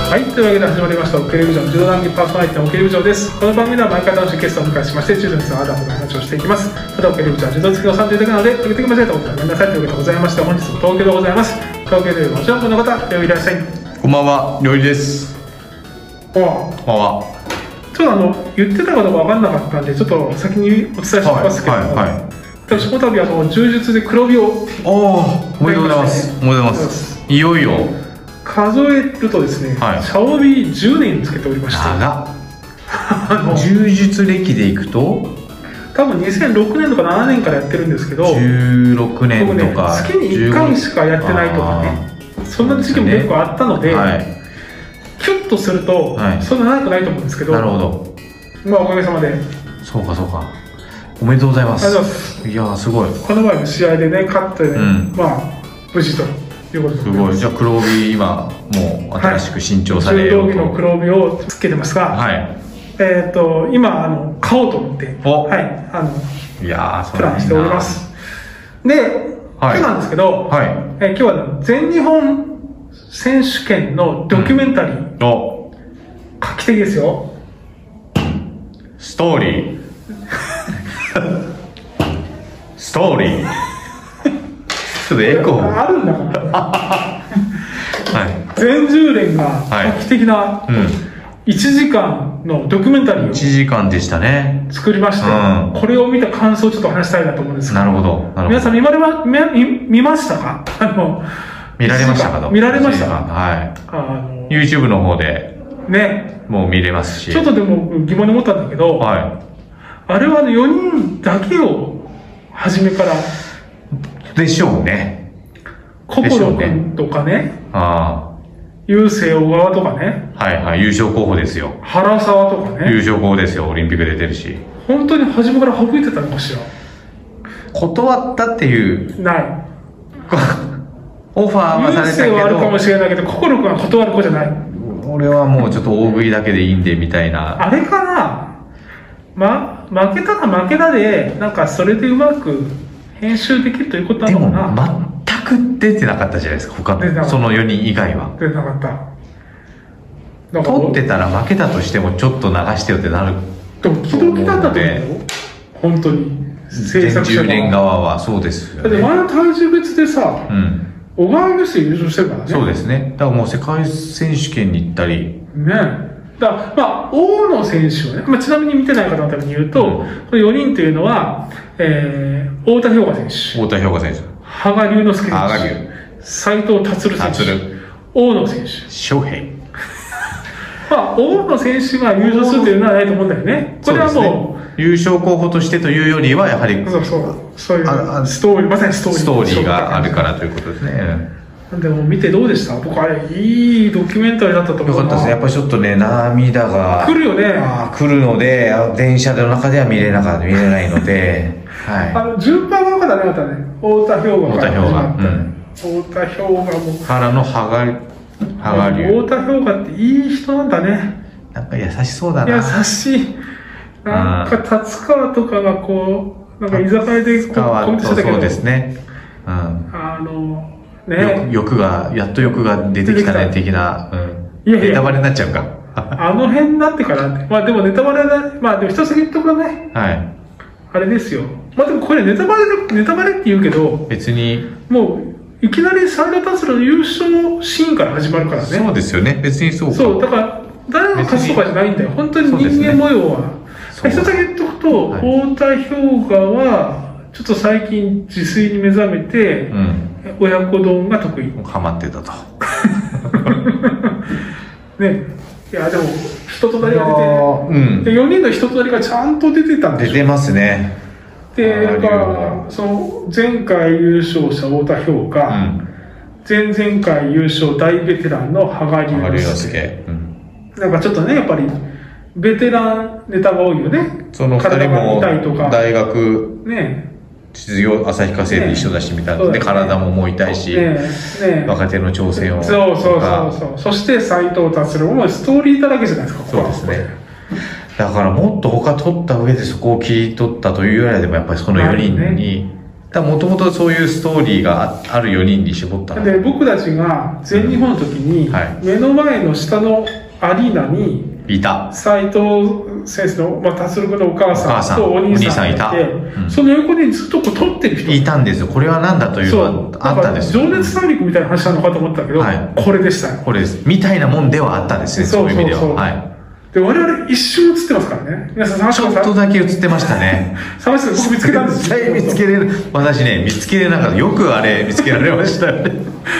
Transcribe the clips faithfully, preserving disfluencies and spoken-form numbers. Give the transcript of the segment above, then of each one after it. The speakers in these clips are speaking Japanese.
はい、というわけで始まりましたオケレビジョン柔道談義パーソナリティのオケレビジョンです。この番組では毎回楽しいゲストをお迎えしまして柔道についてのあだこの話をしていきます。ただオケレビジョンは柔道好きのさんというだけなので時々間違えたことはごめんなさいというわけでございまして、本日も東京でございます。東京でもちろんこの方、料理いらっしゃい。 こんばんは、料理です。 こんばんは。 ちょっとあの言ってたかどうか分からなかったんでちょっと先にお伝えしてますけども、はいはいはい、私この度あの柔術で黒帯を、 おおめでとうございます。おめでとうございます。いよいよ数えるとですね、はい、茶帯じゅうねんつけておりまして、 長っ柔術歴でいくと多分にせんろくねんとかななねんからやってるんですけど、 じゅうろくねんとか、ね、 月にいっかいしかやってないとかね、そんな時期も結構あったので、はい、キュッとすると、はい、そんな長くないと思うんですけど、 なるほど、 まあおかげさまで。 そうかそうか、おめでとうございます。 ありがとうございます。 いやすごい。 この前の試合でね勝ってね、うん、まあ無事ということで。 すごい。じゃあ黒帯今もう新しく新調されようと、はい、 柔道着の黒帯をつけてますが、はい、えっ、ー、と今あの買おうと思って、はい、あのいやプランしております。で、はい、今日なんですけど、はい、えー、今日は、ね、全日本選手権のドキュメンタリー、うん、お画期的ですよ。 ストーリーストーリーちょっとエコーあるんだからはい、全柔連が画期的な、はい、うん、いちじかんのドキュメンタリーをいちじかんでしたね作りまして、うん、これを見た感想をちょっと話したいなと思うんですけど。 なるほど、なるほど。 皆さん見まれま、見、見ましたか？あの見られましたか？ 見られましたか？ はい。あの YouTube の方でね、もう見れますし。 ちょっとでも疑問に思ったんだけど、はい、あれはよにんだけを初めからでしょうね。 心君とかね、 ああ、 郵政小川とかね、 はいはい、優勝候補ですよ。 原沢とかね、 優勝候補ですよ。オリンピック出てるし。 本当に初めから省いてたのかしら。 断ったっていうないオファーはされたけど、 郵政はあるかもしれないけど心君は断る子じゃない。 俺はもうちょっと大食いだけでいいんでみたいな。 あれかな、ま、負けたら負けたでなんかそれでうまく編集できるということなのかな。 でも全く出てなかったじゃないですか、他のそのよにん以外は。 出てなかった。 取ってたら負けたとしてもちょっと流してよってなる。 ドキドキだったと思うよ本当に。 制作者全柔連側はそうですよね。 だって前の体重別でさ、うん、小川優勢優勝してるからね。 そうですね。だからもう世界選手権に行ったりね。だからまあ大野選手はね、まあ、ちなみに見てない方のために言うと、うん、このよにんというのは、えー、太田氷河選手、 太田氷河選手、 羽賀龍之介選手、斉藤達選手、大野選手、 翔平まあ大野選手が優勝するというのはないと思うんだよね。これはもう優勝候補としてというよりはやはりそうそうそういうストーリー、まさにストーリーストーリーがあるからということですね。 でも見てどうでした？僕あれいいドキュメンタリーだったと思うな。 よかったですね。やっぱりちょっとね涙が来るよね。 あ来るので電車の中では見れなかった見れないので、はい、 あの順番が良かったね。またね太田氷河から始まった、うん、太田氷河もからの羽賀羽賀龍。 太田氷河っていい人なんだね。 なんか優しそうだな。 優しい。なんか達川とかがこうなんか居酒屋でこうコメントしてたけど、 そうですね、うん、 あのね、 欲がやっと欲が出てきたね的な、うん、いやいやネタバレになっちゃうかあの辺になってからまあでもネタバレだ、まあでも一つ言っとくとね、はい、あれですよ。まあでもこれネタバレネタバレって言うけど別にもういきなり斉藤達郎の優勝シーンから始まるからね。 そうですよね。別にそうか。 そうだから誰が勝つとかじゃないんだよ。本当に人間模様は。一つだけ言っとくと、はい、太田氷河はちょっと最近自炊に目覚めて、うん、親子丼が得意。 ハマってたとね。いやでも人となりが出て、うん、でよにんの人となりがちゃんと出てたんでしょ。 出てますね。 でだからその前回優勝者太田氷河、うん、前々回優勝大ベテランの羽賀龍之介、うん、なんかちょっとねやっぱりベテランネタが多いよね。 そのふたりも大学ね実業旭化成で一緒だしみたいなので、ね、体ももう痛いし、ねね、若手の挑戦をそうそうそうそうそして斉藤達郎もストーリーだらけじゃないですか。 そうですね。だからもっと他取った上でそこを切り取ったというよりはでもやっぱりそのよにんにもともとそういうストーリーがあるよにんに絞ったので、僕たちが全日本の時に、目の前の下のアリーナに、 いた。 斉藤先生の、まあ、達郎君のお母さんとお兄さんがいて、 お兄さんいた。うん、 その横にずっとこう撮ってる人いたんですよ。これは何だというのがあったんですよ。 情熱大陸みたいな話なのかと思ったけど、はい、これでしたよ。 これです。みたいなもんではあったんですね、そういう意味では。はい。 で、我々一瞬映ってますからね。皆さん探してください。 ちょっとだけ映ってましたね。 探して僕見つけたんですよ。 絶対見つけれる。私ね、見つけれなかった。よくあれ見つけられましたね。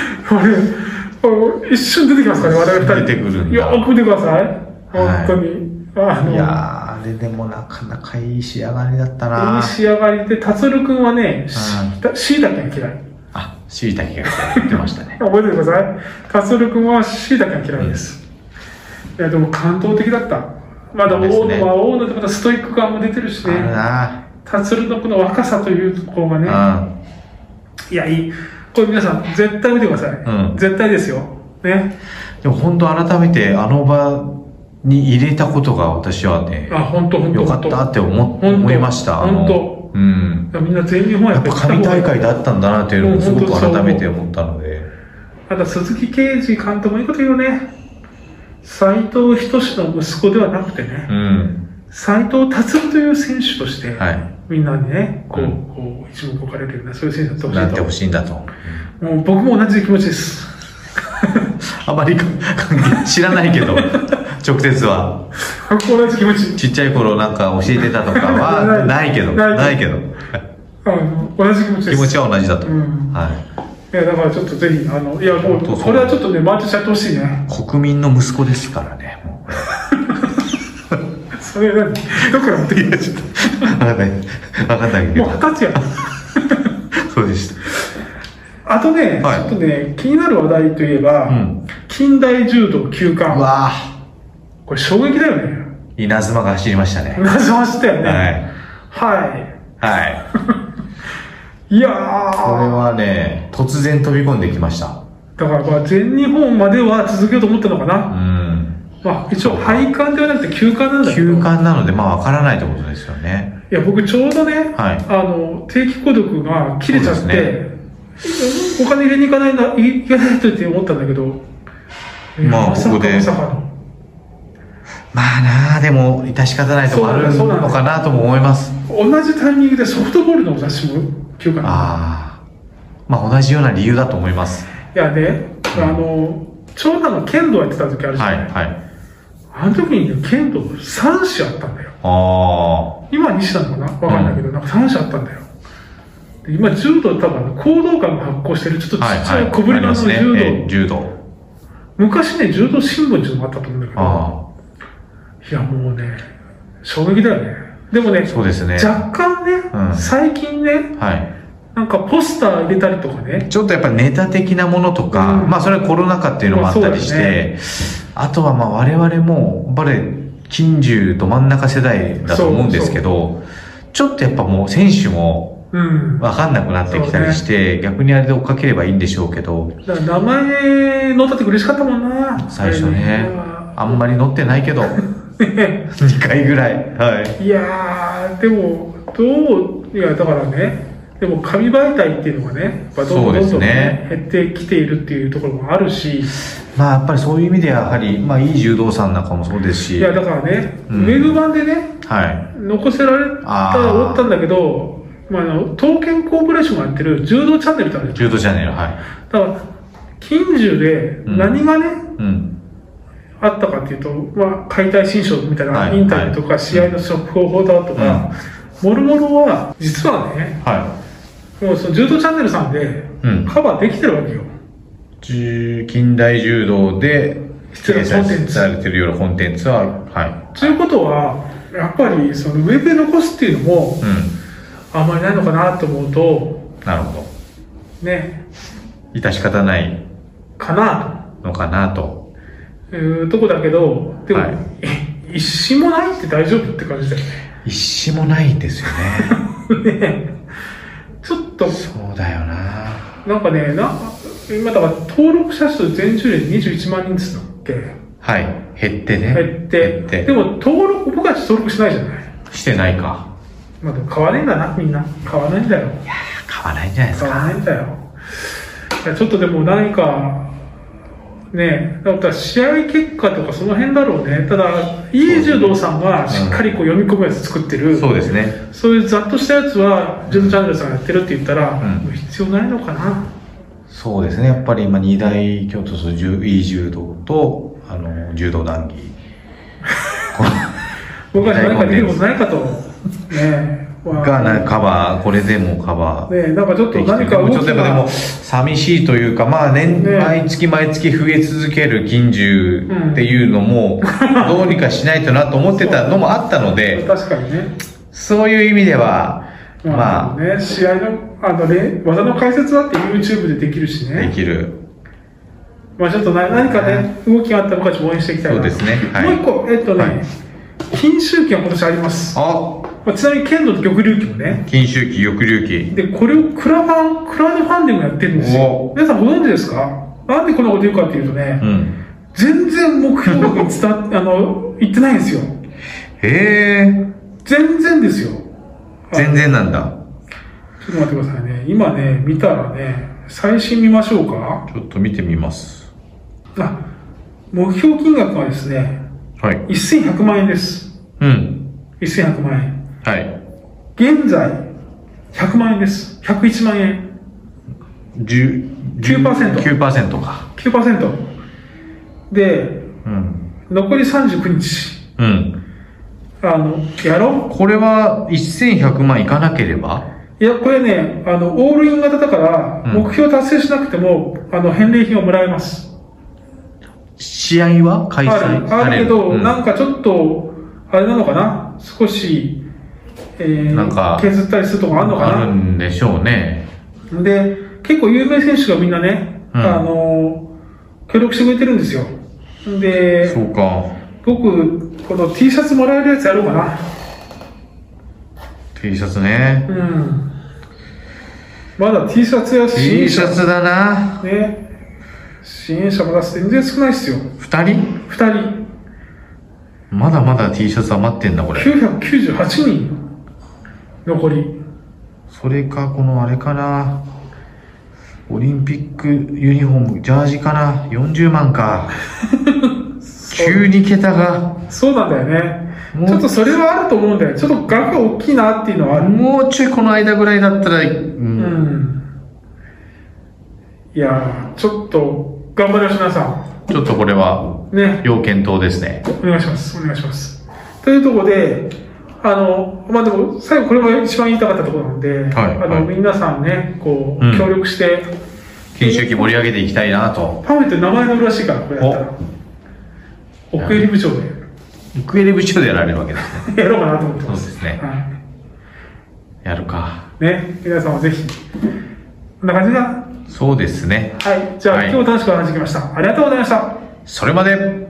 あれ、一瞬出てきますからね、我々二人。 出てくるんだ。 よく見てください。本当に。 はい、いやー、あれでもなかなかいい仕上がりだったな。 いい仕上がりで、達郎くんはね、しいたけが嫌い。 あ、しいたけが嫌い言ってましたね。 覚えててください。達郎くんはしいたけが嫌いです。うん、いや、でも感動的だった。まだ大野は大野でまたストイック感も出てるしね。達郎のこの若さというところがね。いや、いい。これ皆さん、絶対見てください。うん、絶対ですよ。ね。 でも本当改めてあの場に入れたことが私はね、 あ、本当本当よかったって思思いました。 本当。 うん。 みんな全日本やっぱ神大会だったんだなっていうのもすごく改めて思ったので。 あと鈴木啓二監督もいいこと言うよね。斉藤仁の息子ではなくてね、うん、斉藤達郎という選手として、はい、みんなにね、こう、うん、こう一目置かれるような、そういう選手になってほしいと。なってほしいんだと。もう僕も同じ気持ちです。 あまり関係知らないけど、直接は。 同じ気持ち。 ちっちゃい頃なんか教えてたとかはないけど、ないけど。 あの同じ気持ちです。 気持ちは同じだと。うん、はい。 いやだからちょっとぜひあのいやもうこれはちょっとね回ってちゃってほしいね。 国民の息子ですからね。もうそれ何どこから持ってきたちょっと分かんない分かんないけど。 もう二十歳や。 そうでした。 あとね、はい、ちょっとね気になる話題といえば、うん、近代柔道きゅう冠。 わあ。 これ衝撃だよね。 稲妻が走りましたね。 稲妻走ったよね。 はい。 はい。 はい。 いやーこれはね突然飛び込んできました。 だからまあ全日本までは続けようと思ったのかな。うん。まあ一応廃冠ではなくて休冠なんだけど。 休冠なのでまあ分からないってことですよね。 いや僕ちょうどね、はい、あの定期購読が切れちゃって、ね、お金入れに行かないな行かないとって思ったんだけど、 まあここでまさかのまあなあでも致し方ないとこあるのかなとも思います。 同じタイミングでソフトボールの雑誌も休刊。 ああまあ同じような理由だと思います。 いやね、うん、あの長男の剣道やってた時あるじゃない、はいはい、あの時に、ね、剣道さんしあったんだよ。ああ今にしなのかな分かんないけど、うん、なんかさんしあったんだよ。で今柔道多分講道館が発行してるちょっとちっちゃい小ぶりの柔道、はいはいねえー、柔道昔ね柔道新聞っていうのもあったと思うんだけど、いやもうね衝撃だよね。でもね、 そうですね若干ね、うん、最近ね、はい、なんかポスター入れたりとかねちょっとやっぱネタ的なものとか、うん、まあそれはコロナ禍っていうのもあったりして、ね、あとはまあ我々もバレー近柔ど真ん中世代だと思うんですけど、そうそうちょっとやっぱもう選手も分かんなくなってきたりして、うんね、逆にあれで追っかければいいんでしょうけど、 だから名前載ったって嬉しかったもんな最初ね。あんまり載ってないけどにかいぐらい、はい、いやーでもどういやだからねでも紙媒体っていうのがねやっぱどんどんどんどん、ね、減ってきているっていうところもあるし、 まあやっぱりそういう意味でやはり、まあ、いい柔道さんなんかもそうですし、 いやだからね、うん、ウェブ版でね、はい、残せられたおったんだけど、まあ、あの東建コーポレーションがやってる柔道チャンネルってあるじゃん。 柔道チャンネル、はい。 だから近柔で何がね、うんうんあったかっていうと、まあ、解体新書みたいなインタビューとか、はい、試合の速報報道とか、もろもろは、実はね、はい、もうその柔道チャンネルさんでカバーできてるわけよ。 うん、近代柔道で掲載されてるようなコンテンツは、はい。ということは、やっぱりそのウェブで残すっていうのも、うん、あんまりないのかなと思うと、 なるほど。 ね。 致し方ないかなと。のかなと。 いうとこだけど、でも、はい、一紙もないって大丈夫って感じだよね。 一紙もないんですよね。 ねちょっと。 そうだよな。 なんかね、な今だから登録者数全柔でにじゅういちまんにんですだっけ。 はい。減ってね。 減って。減ってでも登録、僕たち登録しないじゃない。 してないか。 まあでも買わねえんだな、みんな。買わないんだよ。 いやー、買わらないんじゃないですか。 変わらないんだよ。いやちょっとでも何か、ね、だから試合結果とかその辺だろうね。ただ、いい柔道さんがしっかりこう読み込むやつ作ってる。 そうですね。 そういうざっとしたやつは、柔道チャンネルさんがやってるって言ったら、 うん、 必要ないのかな。 そうですね。やっぱり今、二大京都といい柔道と、あの、柔道談義。 僕は何かできることないかと。ねがなカバー、これでもカバー。 ねなんかちょっと何か動きが。 ちょっとでも寂しいというか、まあ年、ね、毎月毎月増え続ける金獣っていうのも、どうにかしないとなと思ってたのもあったので、 確かにね。 そういう意味では、まあ。 ね、試合の、あのね、技の解説だって YouTube でできるしね。 できる。 まあちょっと何かね、動きがあったら僕たちも応援していきたいな。 そうですね。 はい、もう一個、えっとね、はい、金秋期は今年あります。 あちなみに剣道と玉龍旗もね。 金秋期、玉龍旗。 で、これをクラファン、クラウドファンディングやってるんですよ。皆さんご存知ですか？なんでこんなこと言うかっていうとね、うん、全然目標額に伝わあの、言ってないんですよ。 へー。 全然ですよ。 全然なんだ。 ちょっと待ってくださいね。今ね、見たらね、最新見ましょうか。 ちょっと見てみます。 あ、目標金額はですね、 はい。 せんひゃくまんえんです。 うん。 せんひゃくまんえん。 はい。 現在、ひゃくまんえんです。ひゃくいちまんえん。 じゅう、 きゅうパーセント。 きゅうパーセント か。 きゅうパーセント。で、 うん、 残りさんじゅうくにち。 うん。 あの、やろう。 これはせんひゃくまんいかなければ？ いや、これね、あの、オールイン型だから、うん、目標達成しなくても、あの、返礼品をもらえます。 試合は開催ある、あるけど、うん、なんかちょっと、あれなのかな少し、えー、 なんか削ったりするとこあるのかなあるんでしょうね。 で、結構有名選手がみんなね、うん、あの、協力してくれてるんですよ。で、 そうか。 僕、この T シャツもらえるやつやろうかな。 T シャツね。 うん。まだ T シャツや支援者。T シャツだな。 ね。支援者まだ全然少ないっすよ。 二人二人。 まだまだ T シャツ余ってんだ、これ。 きゅうひゃくきゅうじゅうはちにん。残り。 それか、このあれかな。オリンピックユニフォーム、ジャージかな。よんじゅうまんか。急に桁が。 そうなんだよね。ちょっとそれはあると思うんだよ。ちょっと額が大きいなっていうのはある。 もうちょいこの間ぐらいだったら、うん。うん、 いやー、ちょっと、頑張りましょう、皆さん。 ちょっとこれは、ね。要検討ですね。 お願いします。お願いします。というところで、あの、まあ、でも、最後これも一番言いたかったところなので、はい、あの、はい、皆さんね、こう、うん、協力して、 金秋期盛り上げていきたいなと。 パンフレット名前のらしいから、これやったら。奥襟部長で。 奥襟部長でやられるわけですね。 やろうかなと思ってます。 そうですね。はい、やるか。 ね、皆さんもぜひ。こんな感じかな。 そうですね。 はい。じゃあ、はい、今日楽しくお話できました。ありがとうございました。 それまで。